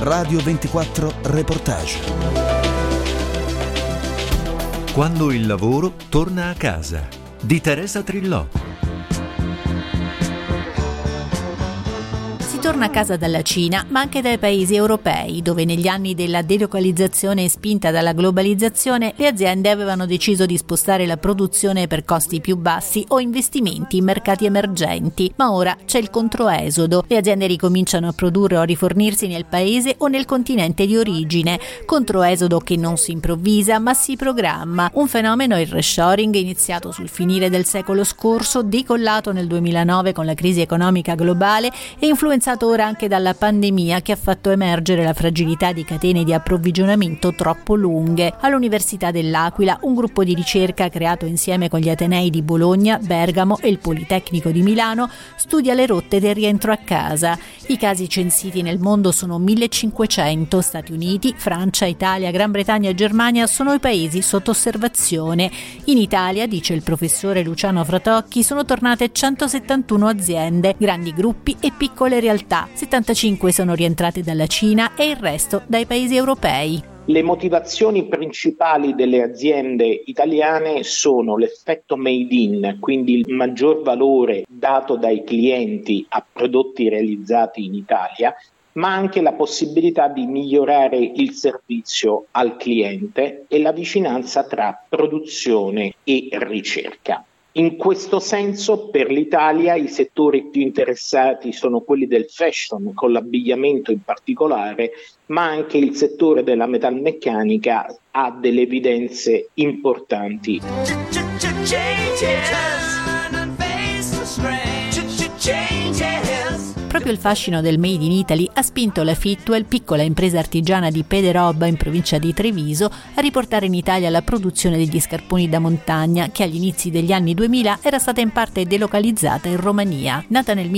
Radio 24 Reportage. Quando il lavoro torna a casa, di Teresa Trillò. Torna a casa dalla Cina, ma anche dai paesi europei, dove negli anni della delocalizzazione spinta dalla globalizzazione le aziende avevano deciso di spostare la produzione per costi più bassi o investimenti in mercati emergenti. Ma ora c'è il controesodo. Le aziende ricominciano a produrre o a rifornirsi nel paese o nel continente di origine. Controesodo che non si improvvisa, ma si programma. Un fenomeno, il reshoring, iniziato sul finire del secolo scorso, decollato nel 2009 con la crisi economica globale e influenzato ora anche dalla pandemia che ha fatto emergere la fragilità di catene di approvvigionamento troppo lunghe. All'Università dell'Aquila, un gruppo di ricerca creato insieme con gli Atenei di Bologna, Bergamo e il Politecnico di Milano studia le rotte del rientro a casa. I casi censiti nel mondo sono 1500. Stati Uniti, Francia, Italia, Gran Bretagna e Germania sono i paesi sotto osservazione. In Italia, dice il professore Luciano Fratocchi, sono tornate 171 aziende, grandi gruppi e piccole realtà. 75 sono rientrate dalla Cina e il resto dai paesi europei. Le motivazioni principali delle aziende italiane sono l'effetto made in, quindi il maggior valore dato dai clienti a prodotti realizzati in Italia, ma anche la possibilità di migliorare il servizio al cliente e la vicinanza tra produzione e ricerca. In questo senso, per l'Italia, i settori più interessati sono quelli del fashion, con l'abbigliamento in particolare, ma anche il settore della metalmeccanica ha delle evidenze importanti. Proprio il fascino del Made in Italy ha spinto la Fitwel, piccola impresa artigiana di Pederobba in provincia di Treviso, a riportare in Italia la produzione degli scarponi da montagna che agli inizi degli anni 2000 era stata in parte delocalizzata in Romania. Nata nel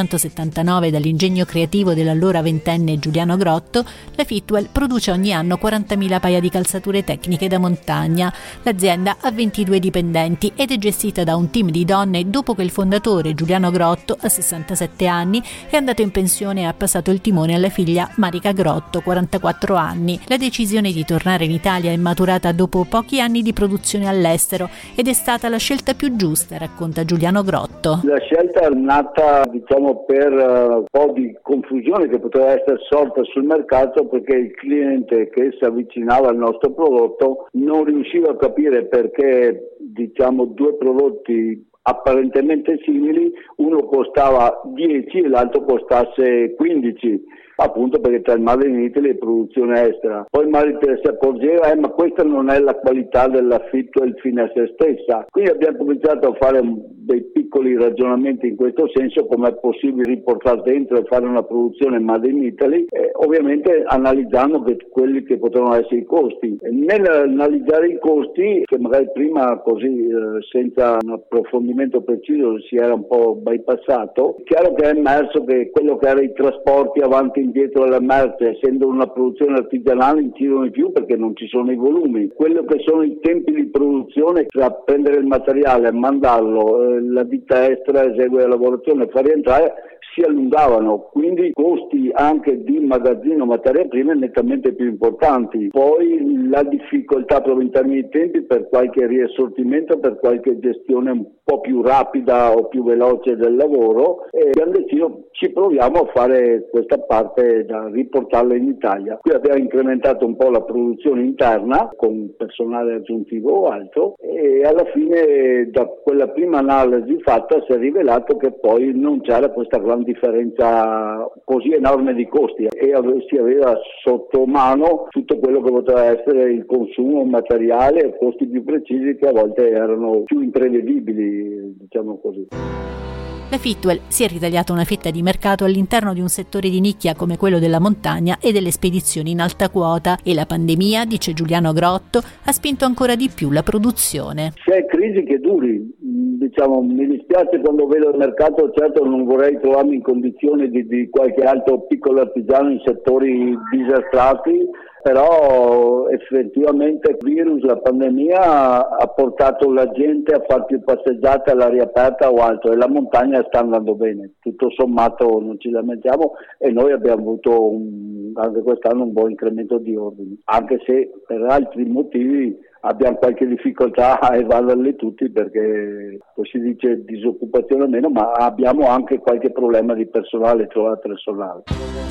1979 dall'ingegno creativo dell'allora ventenne Giuliano Grotto, la Fitwel produce ogni anno 40.000 paia di calzature tecniche da montagna. L'azienda ha 22 dipendenti ed è gestita da un team di donne dopo che il fondatore Giuliano Grotto, a 67 anni, è andato in pensione e ha passato il timone alla figlia Marica Grotto, 44 anni. La decisione di tornare in Italia è maturata dopo pochi anni di produzione all'estero ed è stata la scelta più giusta, racconta Giuliano Grotto. La scelta è nata, per un po' di confusione che poteva essere sorta sul mercato, perché il cliente che si avvicinava al nostro prodotto non riusciva a capire perché, due prodotti apparentemente simili, uno costava 10 e l'altro costasse 15, appunto perché tra il Made in Italy e produzione estera. Poi Marita si accorgeva ma questa non è la qualità della Fitwel fine a se stessa, quindi abbiamo cominciato a fare dei piccoli ragionamenti in questo senso, come è possibile riportare dentro e fare una produzione Made in Italy, ovviamente analizzando quelli che potevano essere i costi. Nell'analizzare i costi, che magari prima così senza un approfondimento preciso si era un po' bypassato, è chiaro che è emerso che quello che era i trasporti avanti e indietro della merce, essendo una produzione artigianale, incidono di più perché non ci sono i volumi. Quello che sono i tempi di produzione, tra prendere il materiale e mandarlo, la ditta estera esegue la lavorazione e far rientrare, si allungavano, quindi i costi anche di magazzino materie prime nettamente più importanti. Poi la difficoltà proprio in termini di tempi per qualche riassortimento, per qualche gestione un po' più rapida o più veloce del lavoro, e abbiamo deciso ci proviamo a fare questa parte da riportarla in Italia. Qui abbiamo incrementato un po' la produzione interna con personale aggiuntivo o altro, e alla fine da quella prima analisi fatta si è rivelato che poi non c'era questa grande differenza così enorme di costi e si aveva sotto mano tutto quello che poteva essere il consumo materiale e costi più precisi che a volte erano più imprevedibili, diciamo così. La Fitwel si è ritagliata una fetta di mercato all'interno di un settore di nicchia come quello della montagna e delle spedizioni in alta quota, e la pandemia, dice Giuliano Grotto, ha spinto ancora di più la produzione. Se è crisi che duri, mi dispiace quando vedo il mercato, certo non vorrei trovarmi in condizioni di qualche altro piccolo artigiano in settori disastrati, però effettivamente il virus, la pandemia ha portato la gente a fare più passeggiate all'aria aperta o altro, e la montagna sta andando bene, tutto sommato non ci lamentiamo, e noi abbiamo avuto anche quest'anno un buon incremento di ordini, anche se per altri motivi abbiamo qualche difficoltà a evaluarli tutti, perché poi si dice disoccupazione o meno, ma abbiamo anche qualche problema di personale, personale.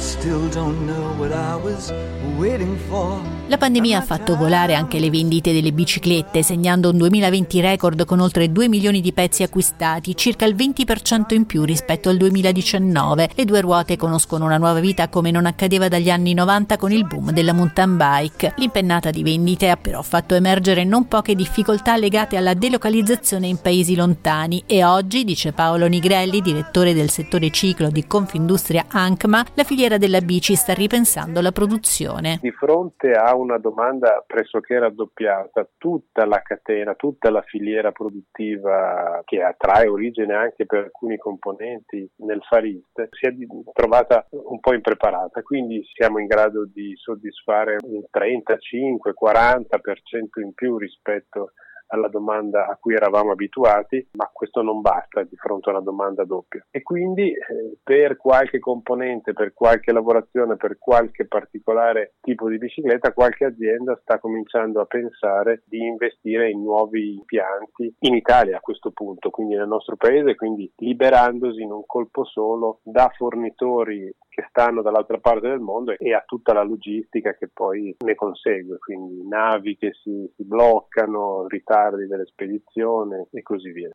La pandemia ha fatto volare anche le vendite delle biciclette, segnando un 2020 record con oltre 2 milioni di pezzi acquistati, circa il 20% in più rispetto al 2019. Le due ruote conoscono una nuova vita come non accadeva dagli anni 90 con il boom della mountain bike. L'impennata di vendite ha però fatto emergere non poche difficoltà legate alla delocalizzazione in paesi lontani, e oggi, dice Paolo Nigrelli, direttore del settore ciclo di Confindustria Ancma, la filiera della bici sta ripensando la produzione. Di fronte a una domanda pressoché raddoppiata, tutta la catena, tutta la filiera produttiva che trae origine anche per alcuni componenti nel Far East si è trovata un po' impreparata, quindi siamo in grado di soddisfare un 35-40% in più rispetto alla domanda a cui eravamo abituati, ma questo non basta di fronte a una domanda doppia. E quindi per qualche componente, per qualche lavorazione, per qualche particolare tipo di bicicletta, qualche azienda sta cominciando a pensare di investire in nuovi impianti in Italia a questo punto, quindi nel nostro paese, quindi liberandosi in un colpo solo da fornitori che stanno dall'altra parte del mondo e a tutta la logistica che poi ne consegue, quindi navi che si bloccano, ritardi delle spedizioni e così via.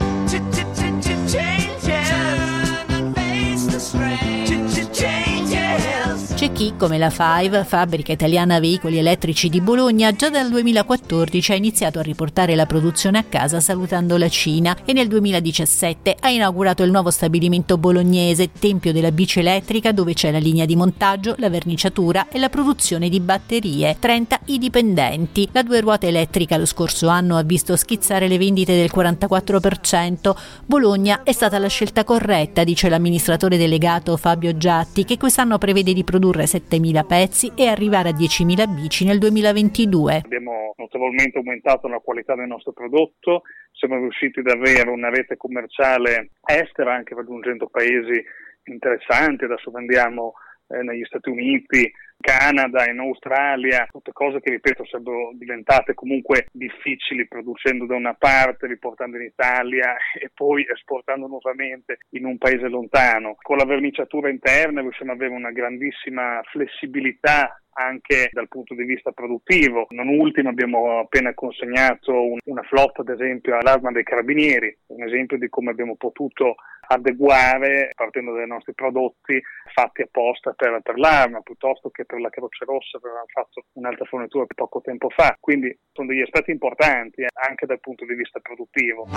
C'è chi, come la Five, fabbrica italiana veicoli elettrici di Bologna, già dal 2014 ha iniziato a riportare la produzione a casa salutando la Cina, e nel 2017 ha inaugurato il nuovo stabilimento bolognese, tempio della bici elettrica, dove c'è la linea di montaggio, la verniciatura e la produzione di batterie. 30 i dipendenti. La due ruote elettrica lo scorso anno ha visto schizzare le vendite del 44%. Bologna è stata la scelta corretta, dice l'amministratore delegato Fabio Giatti, che quest'anno prevede di produrre 7.000 pezzi e arrivare a 10.000 bici nel 2022. Abbiamo notevolmente aumentato la qualità del nostro prodotto, siamo riusciti ad avere una rete commerciale estera anche raggiungendo paesi interessanti. Adesso vendiamo negli Stati Uniti, Canada, in Australia, tutte cose che, ripeto, sarebbero diventate comunque difficili producendo da una parte, riportando in Italia e poi esportando nuovamente in un paese lontano. Con la verniciatura interna riusciamo ad avere una grandissima flessibilità anche dal punto di vista produttivo. Non ultimo abbiamo appena consegnato una flotta, ad esempio, all'Arma dei Carabinieri, un esempio di come abbiamo potuto adeguare partendo dai nostri prodotti fatti apposta per l'Arma, piuttosto che per la Croce Rossa, avevamo fatto un'altra fornitura poco tempo fa. Quindi sono degli aspetti importanti anche dal punto di vista produttivo.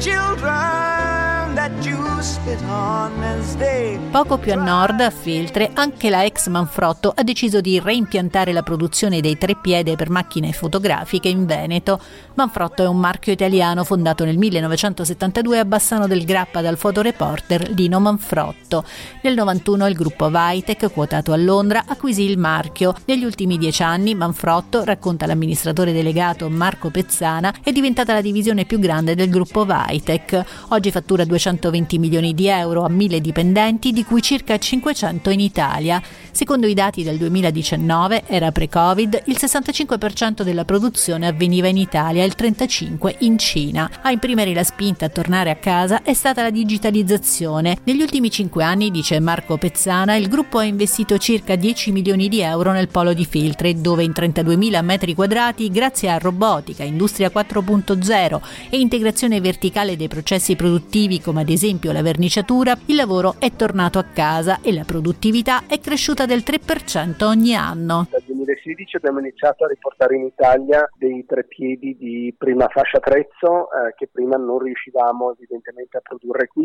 Poco più a nord, a Feltre, anche la ex Manfrotto ha deciso di reimpiantare la produzione dei treppiede per macchine fotografiche in Veneto. Manfrotto è un marchio italiano fondato nel 1972 a Bassano del Grappa dal fotoreporter Lino Manfrotto. Nel 91 il gruppo Vitec, quotato a Londra, acquisì il marchio. Negli ultimi 10 anni Manfrotto, racconta l'amministratore delegato Marco Pezzana, è diventata la divisione più grande del gruppo Vitec. Oggi fattura 220 milioni di euro a 1.000 dipendenti, di cui circa 500 in Italia. Secondo i dati del 2019, era pre-Covid, il 65% della produzione avveniva in Italia e il 35% in Cina. A imprimere la spinta a tornare a casa è stata la digitalizzazione. Negli ultimi 5 anni, dice Marco Pezzana, il gruppo ha investito circa 10 milioni di euro nel polo di Feltre, dove in 32.000 metri quadrati, grazie a robotica, industria 4.0 e integrazione verticale dei processi produttivi, come ad esempio la verniciatura, il lavoro è tornato a casa e la produttività è cresciuta del 3% ogni anno. Dal 2016 abbiamo iniziato a riportare in Italia dei treppiedi di prima fascia prezzo che prima non riuscivamo evidentemente a produrre qui,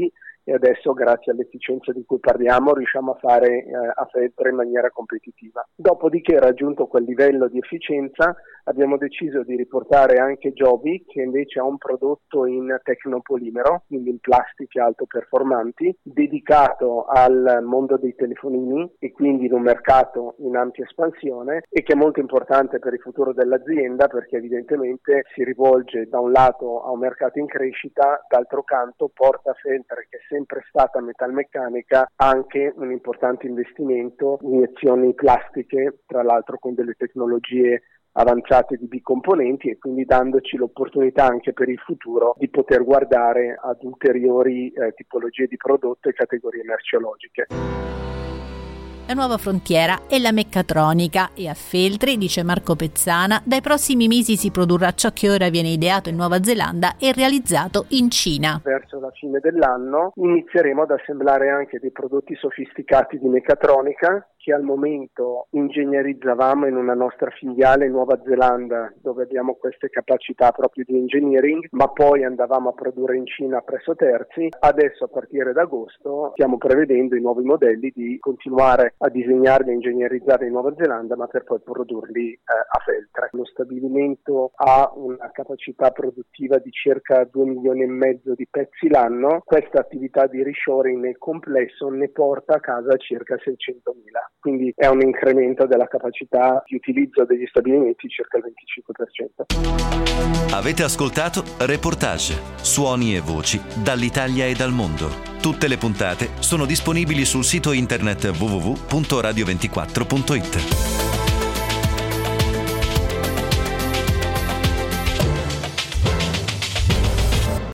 e adesso, grazie all'efficienza di cui parliamo, riusciamo a fare a Feltre in maniera competitiva. Dopodiché, raggiunto quel livello di efficienza, abbiamo deciso di riportare anche Joby, che invece ha un prodotto in tecnopolimero, quindi in plastiche alto performanti, dedicato al mondo dei telefonini e quindi in un mercato in ampia espansione, e che è molto importante per il futuro dell'azienda, perché evidentemente si rivolge da un lato a un mercato in crescita, d'altro canto porta a Feltre, che è sempre stata metalmeccanica, anche un importante investimento in iniezioni plastiche, tra l'altro con delle tecnologie avanzate di bicomponenti, e quindi dandoci l'opportunità anche per il futuro di poter guardare ad ulteriori tipologie di prodotto e categorie merceologiche. La nuova frontiera è la meccatronica e a Feltre, dice Marco Pezzana, dai prossimi mesi si produrrà ciò che ora viene ideato in Nuova Zelanda e realizzato in Cina. Verso la fine dell'anno inizieremo ad assemblare anche dei prodotti sofisticati di meccatronica che al momento ingegnerizzavamo in una nostra filiale in Nuova Zelanda, dove abbiamo queste capacità proprio di engineering, ma poi andavamo a produrre in Cina presso terzi. Adesso, a partire da agosto, stiamo prevedendo i nuovi modelli di continuare a disegnarli e ingegnerizzarli in Nuova Zelanda, ma per poi produrli a Feltre. Lo stabilimento ha una capacità produttiva di circa 2,5 milioni di pezzi l'anno. Questa attività di reshoring nel complesso ne porta a casa circa 600.000. Quindi è un incremento della capacità di utilizzo degli stabilimenti circa il 25%. Avete ascoltato Reportage, suoni e voci dall'Italia e dal mondo. Tutte le puntate sono disponibili sul sito internet www.radio24.it.